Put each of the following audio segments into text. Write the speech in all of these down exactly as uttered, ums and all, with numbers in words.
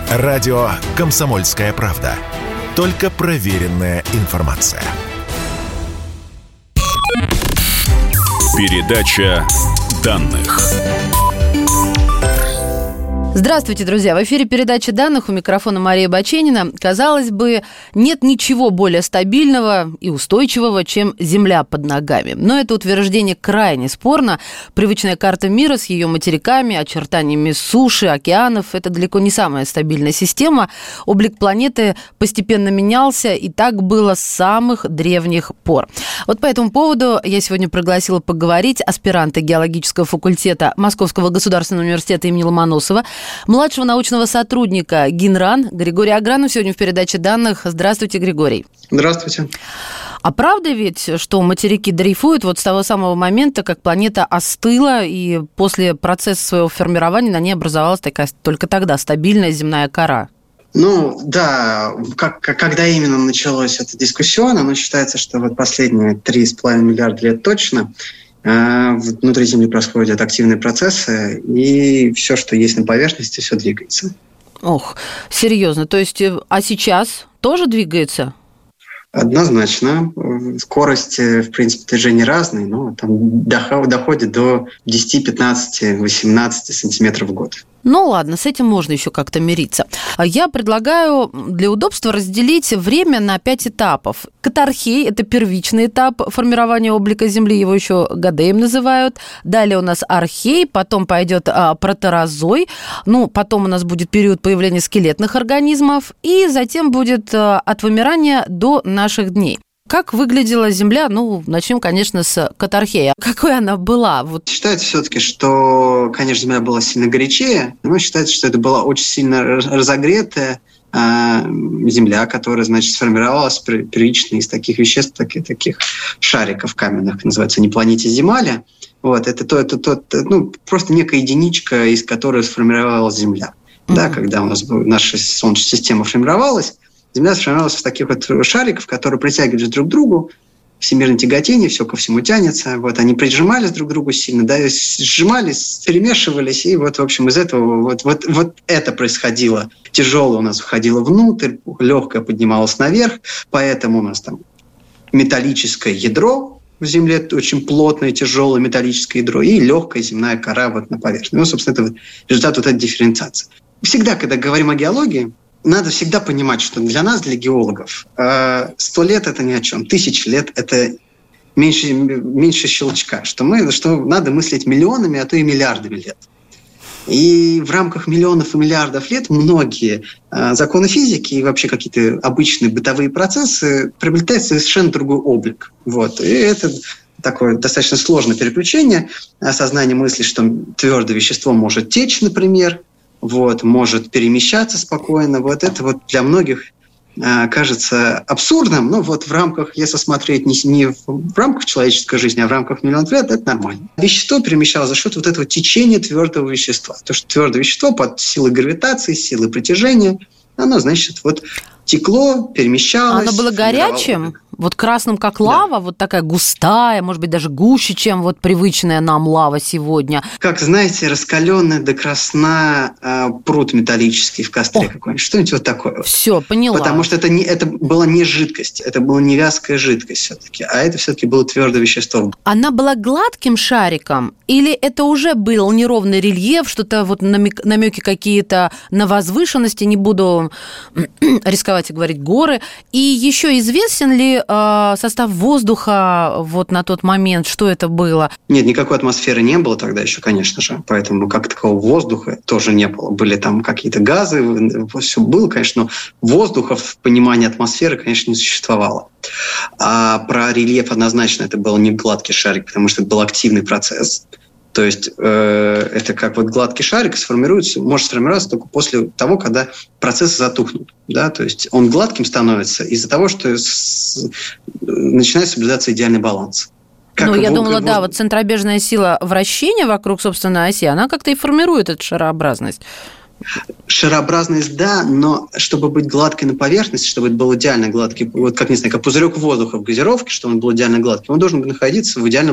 Радио «Комсомольская правда». Только проверенная информация. Передача данных. Здравствуйте, друзья! В эфире передача данных, у микрофона Мария Баченина. Казалось бы, нет ничего более стабильного и устойчивого, чем земля под ногами. Но это утверждение крайне спорно. Привычная карта мира с ее материками, очертаниями суши, океанов – это далеко не самая стабильная система. Облик планеты постепенно менялся, и так было с самых древних пор. Вот по этому поводу я сегодня пригласила поговорить аспиранта геологического факультета Московского государственного университета имени Ломоносова, младшего научного сотрудника ГИНРАН Григория Агранова сегодня в передаче данных. Здравствуйте, Григорий. Здравствуйте. А правда ведь, что материки дрейфуют вот с того самого момента, как планета остыла, и после процесса своего формирования на ней образовалась такая только тогда стабильная земная кора? Ну, да, как, когда именно началась эта дискуссия, но считается, что вот последние три с половиной миллиарда лет точно внутри Земли происходят активные процессы, и все, что есть на поверхности, все двигается. Ох, серьезно? То есть, а сейчас тоже двигается? Однозначно. Скорость, в принципе, движения разные, но там доходит до десять, пятнадцать, восемнадцать сантиметров в год. Ну ладно, с этим можно еще как-то мириться. Я предлагаю для удобства разделить время на пять этапов. Катархей – это первичный этап формирования облика Земли, его еще Гадеем называют. Далее у нас архей, потом пойдет а, протерозой, ну, потом у нас будет период появления скелетных организмов, и затем будет а, от вымирания до наших дней. Как выглядела Земля? Ну, начнем, конечно, с Катархея. Какой она была? Вот. Считается все-таки, что, конечно, Земля была сильно горячее, но считается, что это была очень сильно разогретая э, Земля, которая, значит, сформировалась первично из таких веществ, таких, таких шариков каменных, называется непланетия Земля. Вот, это то, это то, ну, просто некая единичка, из которой сформировалась Земля. Mm-hmm. Да, когда у нас наша Солнечная система формировалась, Земля сформировалась в таких вот шариков, которые притягивались друг к другу, всемирное тяготение, все ко всему тянется. Вот, они прижимались друг к другу сильно, да, сжимались, перемешивались, и вот, в общем, из этого вот, вот, вот это происходило. Тяжелое у нас уходило внутрь, легкое поднималось наверх, поэтому у нас там металлическое ядро в Земле, очень плотное, тяжелое металлическое ядро, и легкая земная кора вот на поверхности. Ну, собственно, это результат вот этой дифференциации. Всегда, когда говорим о геологии, надо всегда понимать, что для нас, для геологов, сто лет – это ни о чем, тысячи лет – это меньше, меньше щелчка, что, мы, что надо мыслить миллионами, а то и миллиардами лет. И в рамках миллионов и миллиардов лет многие законы физики и вообще какие-то обычные бытовые процессы приобретают совершенно другой облик. Вот. И это такое достаточно сложное переключение, осознание мысли, что твердое вещество может течь, например, вот, может перемещаться спокойно. Вот это вот для многих э, кажется абсурдным, но вот в рамках, если смотреть не, не в, в рамках человеческой жизни, а в рамках миллионов лет, это нормально. Вещество перемещалось за счет вот этого течения твердого вещества. То, что твердое вещество под силой гравитации, силой притяжения, оно, значит, вот текло, перемещалось. Оно было горячим? Вот красным, как лава, да. Вот такая густая, может быть, даже гуще, чем вот привычная нам лава сегодня. Как, знаете, раскаленный до красна э, пруд металлический в костре О. какой-нибудь. Что-нибудь вот такое. Все, поняла. Потому что это, не, это была не жидкость, это была не вязкая жидкость все-таки, а это все-таки было твердое вещество. Она была гладким шариком? Или это уже был неровный рельеф, что-то вот намек, намеки какие-то на возвышенности, не буду рисковать и говорить горы. И еще известен ли состав воздуха вот на тот момент, что это было? Нет, никакой атмосферы не было тогда еще, конечно же, поэтому как такого воздуха тоже не было. Были там какие-то газы, все было, конечно, но воздуха в понимании атмосферы, конечно, не существовало. А про рельеф однозначно это был не гладкий шарик, потому что это был активный процесс. То есть э, это как вот гладкий шарик сформируется, может сформироваться только после того, когда процессы затухнут. Да? То есть он гладким становится из-за того, что с... начинает соблюдаться идеальный баланс. Как ну, я думала, воздух... да, вот центробежная сила вращения вокруг собственной оси, она как-то и формирует эту шарообразность. Шарообразность, да, но чтобы быть гладкой на поверхности, чтобы это был идеально гладкий, вот как, не знаю, как пузырек воздуха в газировке, чтобы он был идеально гладкий, он должен находиться в идеальном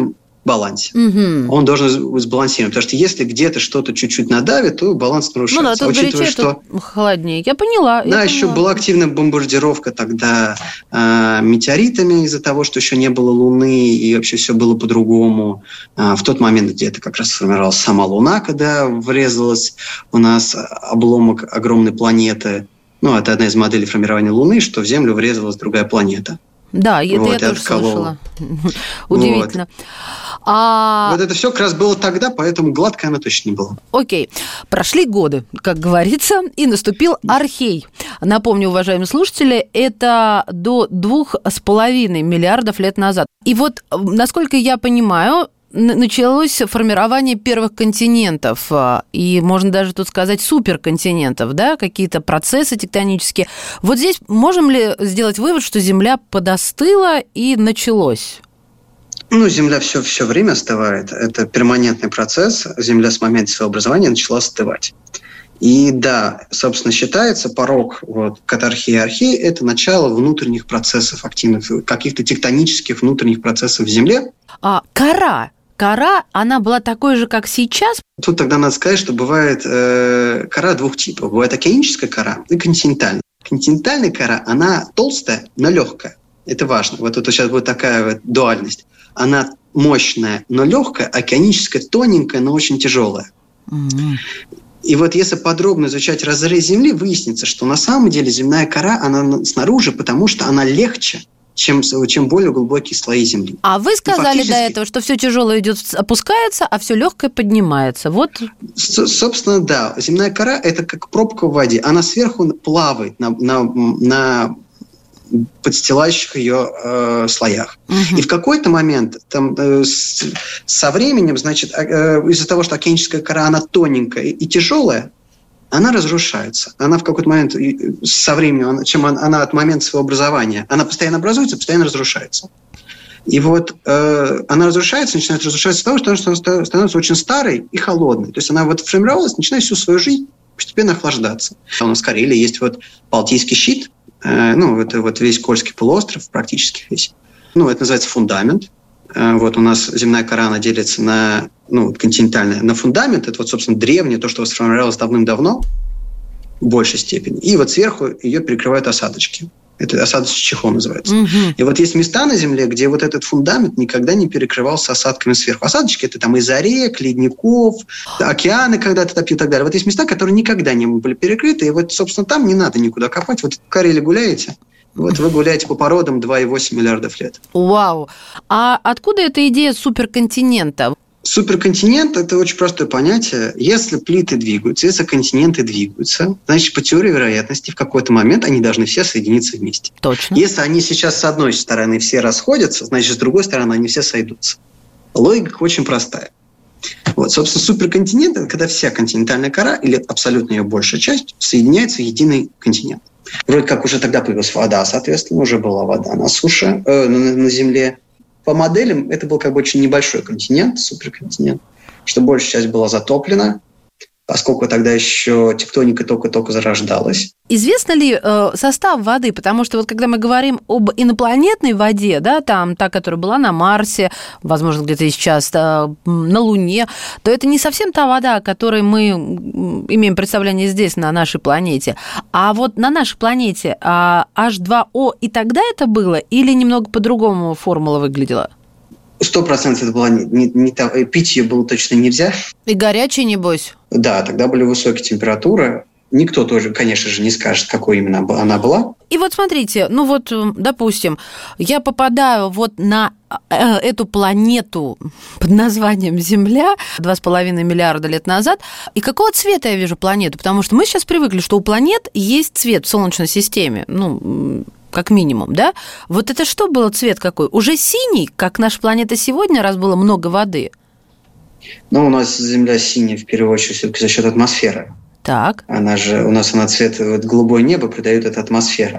балансе. Угу. Он должен быть сбалансирован. Потому что если где-то что-то чуть-чуть надавит, то баланс нарушается. Ну да, тут учитывая, горячее, что... тут холоднее. Я поняла. Да, я еще поняла. была активная бомбардировка тогда э, метеоритами из-за того, что еще не было Луны, и вообще все было по-другому. Э, в тот момент где-то как раз сформировалась сама Луна, когда врезалась у нас обломок огромной планеты. Ну, это одна из моделей формирования Луны, что в Землю врезалась другая планета. Да, это вот, я тоже отколола. слышала. Удивительно. Вот. А... вот это все как раз было тогда, поэтому гладко оно точно не было. Окей. Прошли годы, как говорится, и наступил Архей. Напомню, уважаемые слушатели, это до двух с половиной миллиардов лет назад. И вот, насколько я понимаю, началось формирование первых континентов, и можно даже тут сказать суперконтинентов, да, какие-то процессы тектонические. Вот здесь можем ли сделать вывод, что Земля подостыла и началось? Ну, Земля все, все время остывает. Это перманентный процесс. Земля с момента своего образования начала остывать. И да, собственно, считается порог вот, катархии и археи – это начало внутренних процессов активных, каких-то тектонических внутренних процессов в Земле. А кора? Кора, она была такой же, как сейчас? Тут тогда надо сказать, что бывает э, кора двух типов. Бывает океаническая кора и континентальная. Континентальная кора, она толстая, но легкая. Это важно. Вот это сейчас будет такая вот дуальность. Она мощная, но легкая, океаническая тоненькая, но очень тяжелая. Mm-hmm. И вот если подробно изучать разрез Земли, выяснится, что на самом деле земная кора, она снаружи, потому что она легче, чем, чем более глубокие слои Земли. А вы сказали фактически... до этого, что все тяжелое идет, опускается, а все легкое поднимается. Вот. С- собственно, да. Земная кора – это как пробка в воде. Она сверху плавает на, на, на подстилающих ее э, слоях. Угу. И в какой-то момент там, э, с, со временем, значит, э, из-за того, что океаническая кора, она тоненькая и, и тяжелая, она разрушается. Она в какой-то момент со временем, чем она, она от момента своего образования, она постоянно образуется, постоянно разрушается. И вот э, она разрушается, начинает разрушаться с того, что она становится очень старой и холодной. То есть она вот формировалась, начинает всю свою жизнь постепенно охлаждаться. У нас в Карелии есть вот Балтийский щит, э, ну, это вот весь Кольский полуостров, практически весь. Ну, это называется фундамент. Э, вот у нас земная кора, она делится на, ну, континентальная, на фундамент, это вот, собственно, древнее, то, что сформировалось давным-давно, в большей степени. И вот сверху ее перекрывают осадочки. Это осадочный чехол называется. Угу. И вот есть места на Земле, где вот этот фундамент никогда не перекрывался осадками сверху. Осадочки – это там из-за рек, ледников, океаны когда-то топили и так далее. Вот есть места, которые никогда не были перекрыты, и вот, собственно, там не надо никуда копать. Вот в Карелии гуляете, вот вы гуляете по породам два и восемь миллиардов лет. Вау! А откуда эта идея суперконтинента? Суперконтинент – это очень простое понятие. Если плиты двигаются, если континенты двигаются, значит, по теории вероятности в какой-то момент они должны все соединиться вместе. Точно. Если они сейчас с одной стороны все расходятся, значит, с другой стороны они все сойдутся. Логика очень простая. Вот, собственно, суперконтинент – это когда вся континентальная кора, или абсолютно ее большая часть, соединяется в единый континент. Вроде как уже тогда появилась вода, соответственно, уже была вода на суше, э, на, на Земле. По моделям это был как бы очень небольшой континент, суперконтинент, что большая часть была затоплена, поскольку тогда еще тектоника только-только зарождалась. Известно ли э, состав воды? Потому что вот когда мы говорим об инопланетной воде, да, там та, которая была на Марсе, возможно, где-то и сейчас да, на Луне, то это не совсем та вода, о которой мы имеем представление здесь, на нашей планете. А вот на нашей планете а, эйч два о и тогда это было или немного по-другому формула выглядела? Сто процентов это была не, не, не та, пить ее было точно нельзя. И горячая, небось? Да, тогда были высокие температуры. Никто тоже, конечно же, не скажет, какой именно она была. И вот смотрите, ну вот, допустим, я попадаю вот на эту планету под названием Земля два с половиной миллиарда лет назад, и какого цвета я вижу планету? Потому что мы сейчас привыкли, что у планет есть цвет в Солнечной системе, ну, как минимум, да? Вот это что было цвет какой? Уже синий, как наша планета сегодня, раз было много воды? Ну, у нас Земля синяя, в первую очередь, все-таки за счет атмосферы. Так. Она же, у нас она цвет, вот, голубое небо придает эта атмосфера.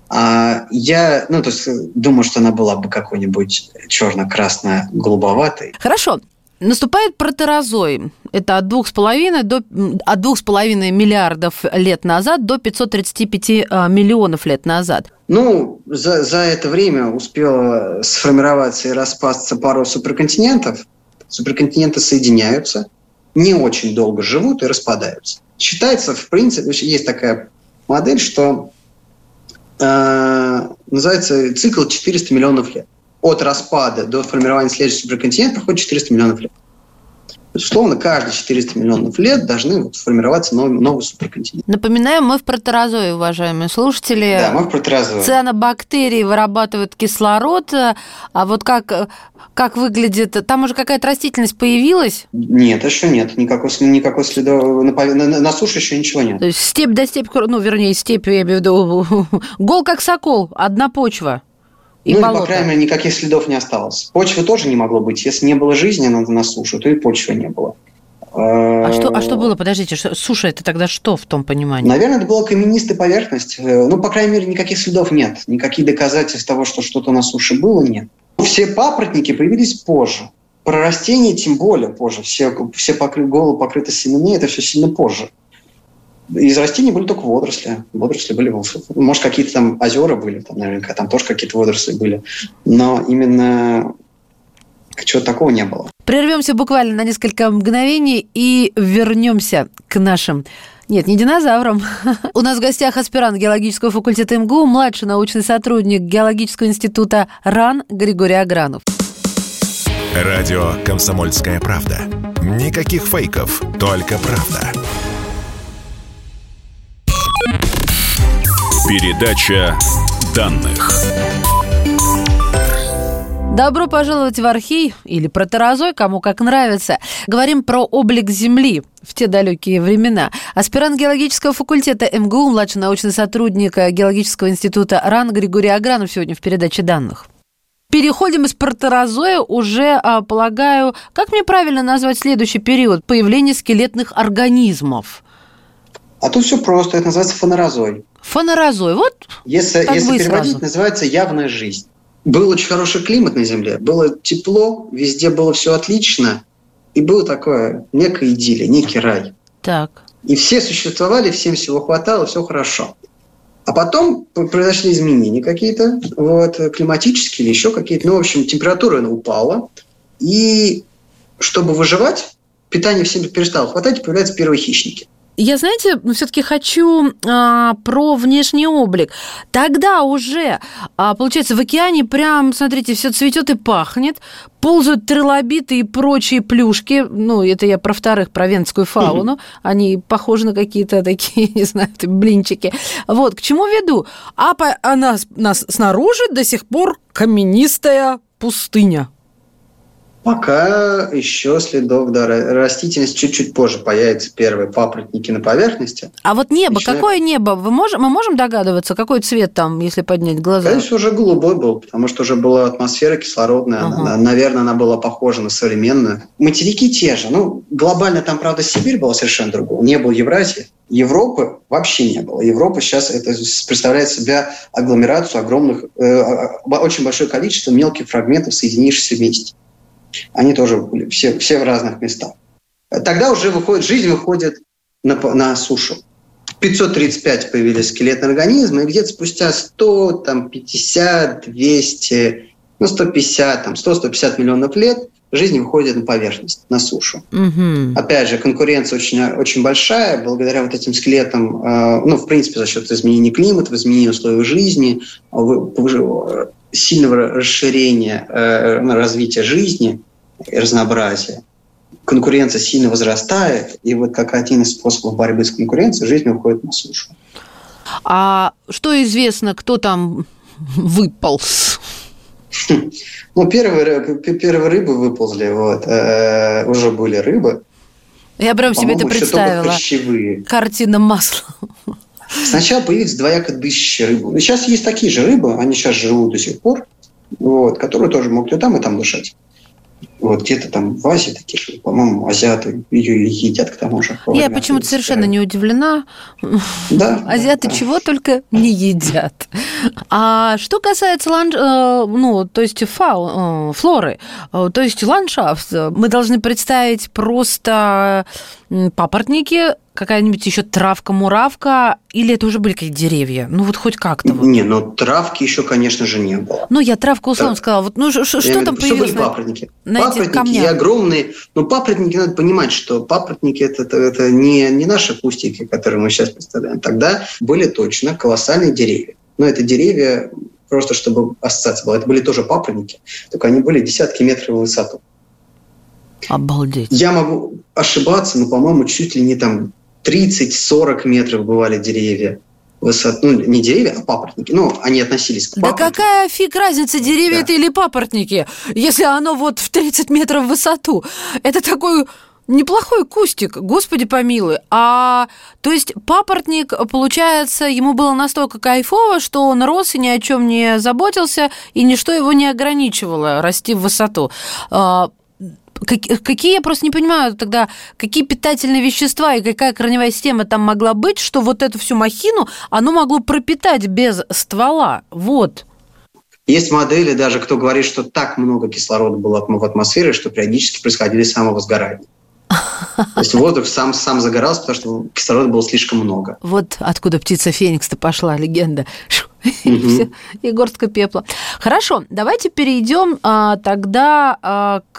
А я, ну, то есть, думаю, что она была бы какой-нибудь черно-красно-голубоватой. Хорошо. Наступает протерозой. Это от двух с половиной до от двух с половиной миллиардов лет назад до пятьсот тридцать пять миллионов лет назад. Ну, за, за это время успела сформироваться и распасться пара суперконтинентов. Суперконтиненты соединяются, не очень долго живут и распадаются. Считается, в принципе, есть такая модель, что э, называется цикл четыреста миллионов лет. От распада до формирования следующего суперконтинента проходит четыреста миллионов лет. То есть, условно, каждые четыреста миллионов лет должны вот формироваться новый, новый суперконтинент. Напоминаем, мы в протерозое, уважаемые слушатели. Да, мы в протерозое. Цианобактерии вырабатывают кислород, а вот как, как выглядит... Там уже какая-то растительность появилась? Нет, еще нет. Никакой, никакой следа... На, на, на суше еще ничего нет. То есть степь до степь... Ну, вернее, степь, я имею в виду... Гол как сокол, одна почва. И ну, болото. По крайней мере, никаких следов не осталось. Почвы тоже не могло быть. Если не было жизни на, на суше, то и почвы не было. А что, а что было? Подождите, что, суша – это тогда что в том понимании? Наверное, это была каменистая поверхность. Ну, по крайней мере, никаких следов нет. Никаких доказательств того, что что-то на суше было, нет. Все папоротники появились позже. Про растения тем более позже. Все, все покры, головы покрыты семенами, это все сильно позже. Из растений были только водоросли. Водоросли были, может, какие-то там озера были, там наверняка там тоже какие-то водоросли были. Но именно чего-то такого не было. Прервемся буквально на несколько мгновений и вернемся к нашим... Нет, не динозаврам. У нас в гостях аспирант геологического факультета эм гэ у, младший научный сотрудник Геологического института РАН Григорий Агранов. Радио «Комсомольская правда». Никаких фейков, только правда. Передача данных. Добро пожаловать в архей или протерозой, кому как нравится. Говорим про облик Земли в те далекие времена. Аспирант геологического факультета эм гэ у, младший научный сотрудник Геологического института РАН Григорий Агранов сегодня в передаче данных. Переходим из протерозоя уже, полагаю, как мне правильно назвать следующий период? Появление скелетных организмов. А тут все просто, это называется фанерозой. Фанерозой, вот Если, если переводить, сразу. Называется явная жизнь. Был очень хороший климат на Земле, было тепло, везде было все отлично, и было такое некое идиллия, некий рай. Так. И все существовали, всем всего хватало, все хорошо. А потом произошли изменения какие-то, вот, климатические или еще какие-то. Ну, в общем, температура упала, и чтобы выживать, питание всем перестало хватать, и появляются первые хищники. Я, знаете, все-таки хочу а, про внешний облик. Тогда уже, а, получается, в океане прям, смотрите, все цветет и пахнет, ползают трилобиты и прочие плюшки. Ну, это я про вторых, про венскую фауну. Они похожи на какие-то такие, не знаю, блинчики. Вот, к чему веду? А по, а нас, нас снаружи до сих пор каменистая пустыня. Пока еще следов, да, растительность чуть-чуть позже появятся первые папоротники на поверхности. А вот небо, начинает... какое небо? Вы можем, мы можем догадываться, какой цвет там, если поднять глаза? Конечно, уже голубой был, потому что уже была атмосфера кислородная. Ага. Она, наверное, она была похожа на современную. Материки те же. Ну, глобально там, правда, Сибирь была совершенно другой. Не было Евразии. Европы вообще не было. Европа сейчас это представляет себя агломерацию огромных, э, очень большое количество мелких фрагментов, соединившихся вместе. Они тоже были все, все в разных местах. Тогда уже выходит, жизнь выходит на, на сушу. В пятьсот тридцать пять появились скелетные организмы, и где-то спустя сто пятьдесят, двести, ну сто пятьдесят, там, сто - сто пятьдесят миллионов лет жизнь выходит на поверхность, на сушу. Угу. Опять же, конкуренция очень, очень большая, благодаря вот этим скелетам, э, ну, в принципе, за счет изменения климата, изменения условий жизни, сильного расширения, э, развития жизни и разнообразия. Конкуренция сильно возрастает, и вот как один из способов борьбы с конкуренцией жизнь уходит на сушу. А что известно, кто там выполз? Ну, первые, первые рыбы выползли, вот, э, уже были рыбы. Я прям себе это представила. Картина маслом. Сначала появились двояко дышащие рыбы. Сейчас есть такие же рыбы, они сейчас живут до сих пор, вот, которые тоже могут и там, и там дышать. Вот где-то там в Азии такие, по-моему, азиаты ее едят к тому же. Я почему-то совершенно не удивлена. Да, азиаты да. чего только не едят. А что касается ландж... ну, то есть фау... флоры, то есть ландшафт, мы должны представить просто папоротники, какая-нибудь еще травка-муравка, или это уже были какие-то деревья? Ну, вот хоть как-то. Вот. Не, ну травки еще, конечно же, не было. Ну, я травку условно да. сказала. Вот, ну, что, что там появилось? Что были папоротники? На, на папоротники этих камнях? И огромные. Ну, папоротники, надо понимать, что папоротники это, это, это не, не наши кустики, которые мы сейчас представляем. Тогда были точно колоссальные деревья. Но это деревья, просто чтобы ассоциация была, это были тоже папоротники, только они были десятки метров в высоту. Обалдеть. Я могу ошибаться, но, по-моему, чуть ли не там тридцать-сорок метров бывали деревья. Высот... Ну, не деревья, а папоротники. Ну, они относились к папоротникам. Да какая фиг разница, деревья да. это или папоротники, если оно вот в тридцать метров в высоту. Это такой неплохой кустик, господи помилуй. А, то есть папоротник, получается, ему было настолько кайфово, что он рос и ни о чем не заботился, и ничто его не ограничивало расти в высоту. Какие, я просто не понимаю тогда, какие питательные вещества и какая корневая система там могла быть, что вот эту всю махину оно могло пропитать без ствола. Вот. Есть модели даже, кто говорит, что так много кислорода было в атмосфере, что периодически происходили самовозгорания. То есть воздух сам, сам загорался, потому что кислорода было слишком много. Вот откуда птица Феникс-то пошла, легенда. И, все, и горстка пепла. Хорошо, давайте перейдем а, тогда а, к,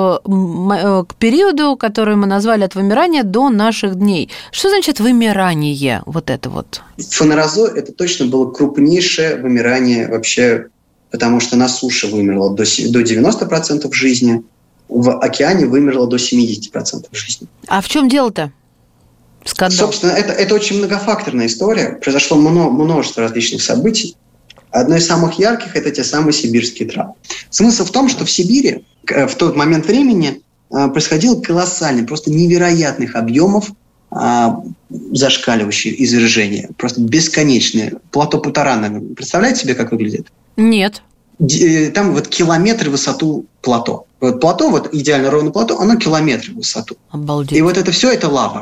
к периоду, который мы назвали от вымирания до наших дней. Что значит вымирание? Вот это вот. Фанерозой – это точно было крупнейшее вымирание вообще, потому что на суше вымерло до, до девяносто процентов жизни, в океане вымерло до семьдесят процентов жизни. А в чем дело-то? Скандал. Собственно, это, это очень многофакторная история. Произошло много, множество различных событий. Одно из самых ярких – это те самые сибирские травы. Смысл в том, что в Сибири в тот момент времени происходило колоссальный, просто невероятных объемов зашкаливающие извержения. Просто бесконечные. Плато Путарана. Представляете себе, как выглядит? Нет. Там вот километры в высоту плато. Вот плато, вот идеально ровное плато, оно километры в высоту. Обалдеть. И вот это все – это лава.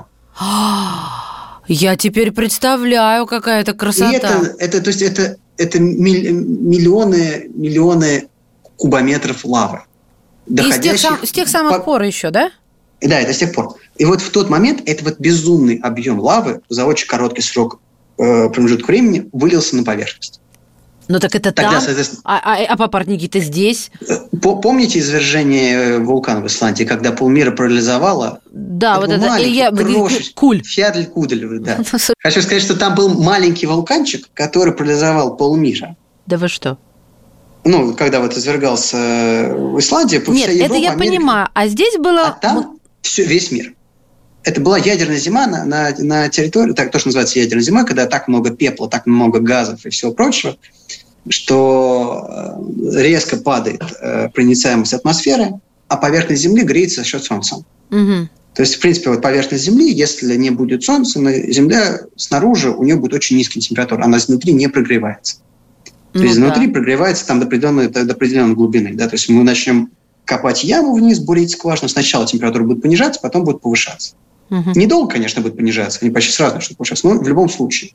Я теперь представляю, какая это красота. И это, это, то есть это, это миллионы, миллионы кубометров лавы. И с тех, сам, с тех самых по... пор еще, да? Да, это с тех пор. И вот в тот момент этот вот безумный объем лавы за очень короткий срок э, промежутка времени вылился на поверхность. Ну так это Тогда, там, а, а, а папоротники-то здесь. Помните извержение вулкана в Исландии, когда полмира парализовало? Да, это вот это Илья Куль. Фьядль-Кудель, да. Хочу сказать, что там был маленький вулканчик, который парализовал полмира. Да вы что? Ну, когда вот извергался в Исландии, по Нет, всей Европе, это я Америка. Понимаю. А здесь было... А там все, весь мир. Это была ядерная зима на, на, на территории, так то, что называется ядерная зима, когда так много пепла, так много газов и всего прочего, что резко падает э, проницаемость атмосферы, а поверхность Земли греется за счет Солнца. Угу. То есть, в принципе, вот поверхность Земли, если не будет Солнца, Земля снаружи, у нее будет очень низкая температура, она изнутри не прогревается. То ну, есть, да. Изнутри прогревается там до определенной, до определенной глубины. Да? То есть, мы начнем копать яму вниз, бурить скважину, сначала температура будет понижаться, потом будет повышаться. Угу. Недолго, конечно, будет понижаться, они почти сразу начнут повышаться, но в любом случае.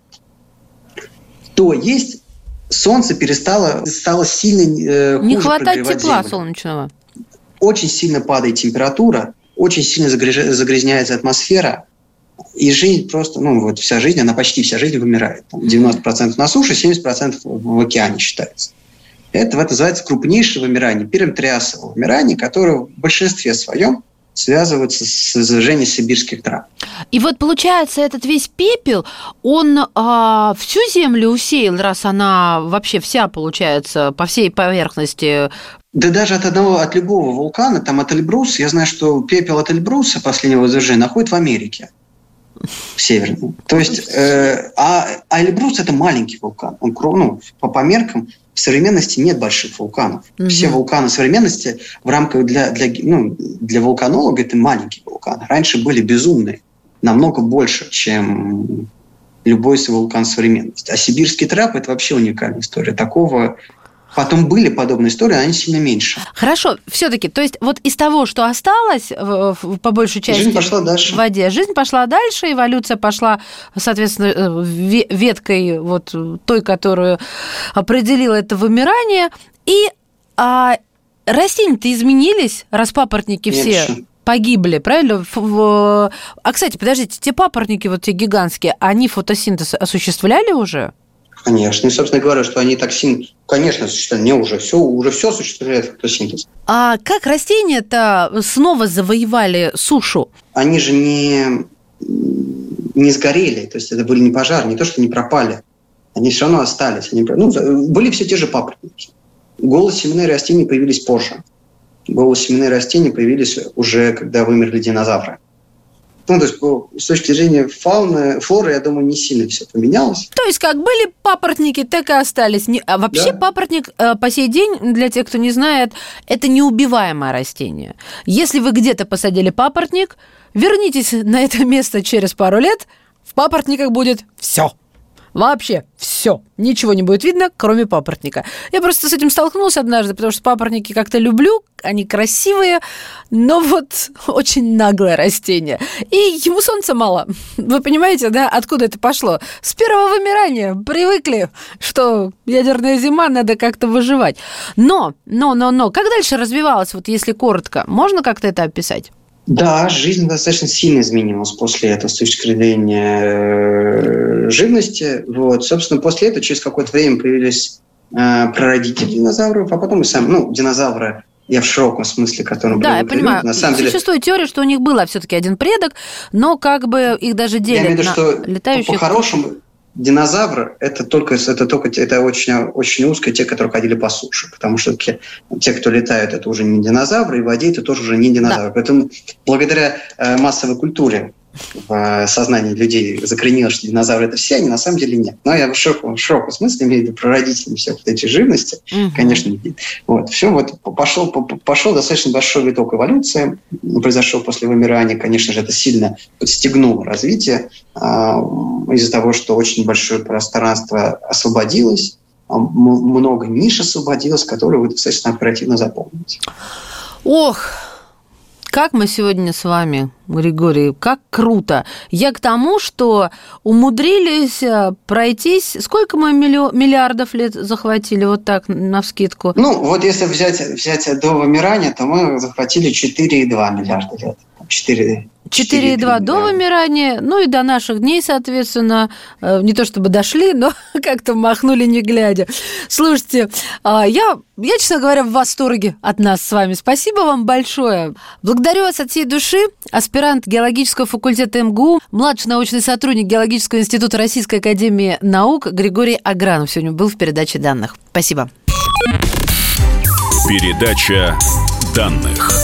То есть Солнце перестало стало сильно э, хуже не хватает тепла Землю. Солнечного. Очень сильно падает температура, очень сильно загрязняется атмосфера, и жизнь просто, ну вот вся жизнь, она почти вся жизнь вымирает. Там девяносто процентов на суше, семьдесят процентов в океане считается. Это, это называется крупнейшее вымирание, пермтриасовое вымирание, которое в большинстве своем связываются с извержением сибирских трав. И вот получается, этот весь пепел, он а, всю землю усеял, раз она вообще вся, получается, по всей поверхности. Да даже от одного, от любого вулкана, там от Эльбруса, я знаю, что пепел от Эльбруса последнего извержения находят в Америке, в Северной. То есть, э, а, а Эльбрус – это маленький вулкан. Он, ну, по, по меркам в современности нет больших вулканов. Угу. Все вулканы современности в рамках для, для, ну, для вулканолога – это маленькие вулканы. Раньше были безумные, намного больше, чем любой вулкан современности. А сибирский трап – это вообще уникальная история. Такого... Потом были подобные истории, но они сильно меньше. Хорошо, все-таки, то есть вот из того, что осталось, по большей части жизнь пошла дальше. В воде, жизнь пошла дальше, эволюция пошла, соответственно, веткой вот той, которую определила это вымирание, и а, растения-то изменились, раз папоротники Нет, все... Еще. погибли, правильно? А, кстати, подождите, те папоротники, вот те гигантские, они фотосинтез осуществляли уже? Конечно. И, собственно говоря, что они так сильно... Конечно, осуществляли. Не уже все, уже все осуществляет фотосинтез. А как растения-то снова завоевали сушу? Они же не, не сгорели. То есть это были не пожары, не то, что не пропали. Они все равно остались. Они, ну, были все те же папоротники. Голосеменные растения появились позже. Голосеменные растения появились уже, когда вымерли динозавры. Ну, то есть, с точки зрения фауны, флоры, я думаю, не сильно все поменялось. То есть, как были папоротники, так и остались. А вообще, да. Папоротник по сей день, для тех, кто не знает, это неубиваемое растение. Если вы где-то посадили папоротник, вернитесь на это место через пару лет, в папоротниках будет все. Вообще все. Ничего не будет видно, кроме папоротника. Я просто с этим столкнулась однажды, потому что папоротники как-то люблю, они красивые, но вот очень наглое растение. И ему солнца мало. Вы понимаете, да, откуда это пошло? С первого вымирания привыкли, что ядерная зима, надо как-то выживать. Но, но, но, но, как дальше развивалось, вот если коротко, можно как-то это описать? Да, жизнь достаточно сильно изменилась после этого с точки зрения живности. Вот. Собственно, после этого через какое-то время появились э, прародители динозавров, а потом и сами, ну, динозавры, я в широком смысле, которым да, я понимаю. На самом Существует деле... теория, что у них был все-таки один предок, но как бы их даже делят я имею в виду, на что летающих... По-хорошему, динозавр это только это только это очень очень узкое те, которые ходили по суше, потому что те, те, кто летают, это уже не динозавры, и в воде это тоже уже не динозавры. Да. Поэтому благодаря э, массовой культуре в э, сознании людей закоренилось, что динозавры это все, они на самом деле нет. Но я в широком, в широком смысле имею в виду прародителей всех вот этих живности, угу. Конечно, нет. Вот все вот пошел пошел достаточно большой виток эволюции, произошел после вымирания, конечно же, это сильно подстегнуло развитие э, из-за того, что очень большое пространство освободилось, много ниш освободилось, которые вы достаточно оперативно заполните. Ох, как мы сегодня с вами, Григорий, как круто. Я к тому, что умудрились пройтись... Сколько мы миллиардов лет захватили, вот так, навскидку? Ну, вот если взять, взять до вымирания, то мы захватили четыре и два миллиарда лет. четыре четыре и два до вымирания, ну и до наших дней, соответственно, не то чтобы дошли, но как-то махнули не глядя. Слушайте, я, я, честно говоря, в восторге от нас с вами. Спасибо вам большое. Благодарю вас от всей души. Аспирант геологического факультета эм гэ у, младший научный сотрудник Геологического института Российской академии наук Григорий Агранов сегодня был в передаче данных. Спасибо. Передача данных.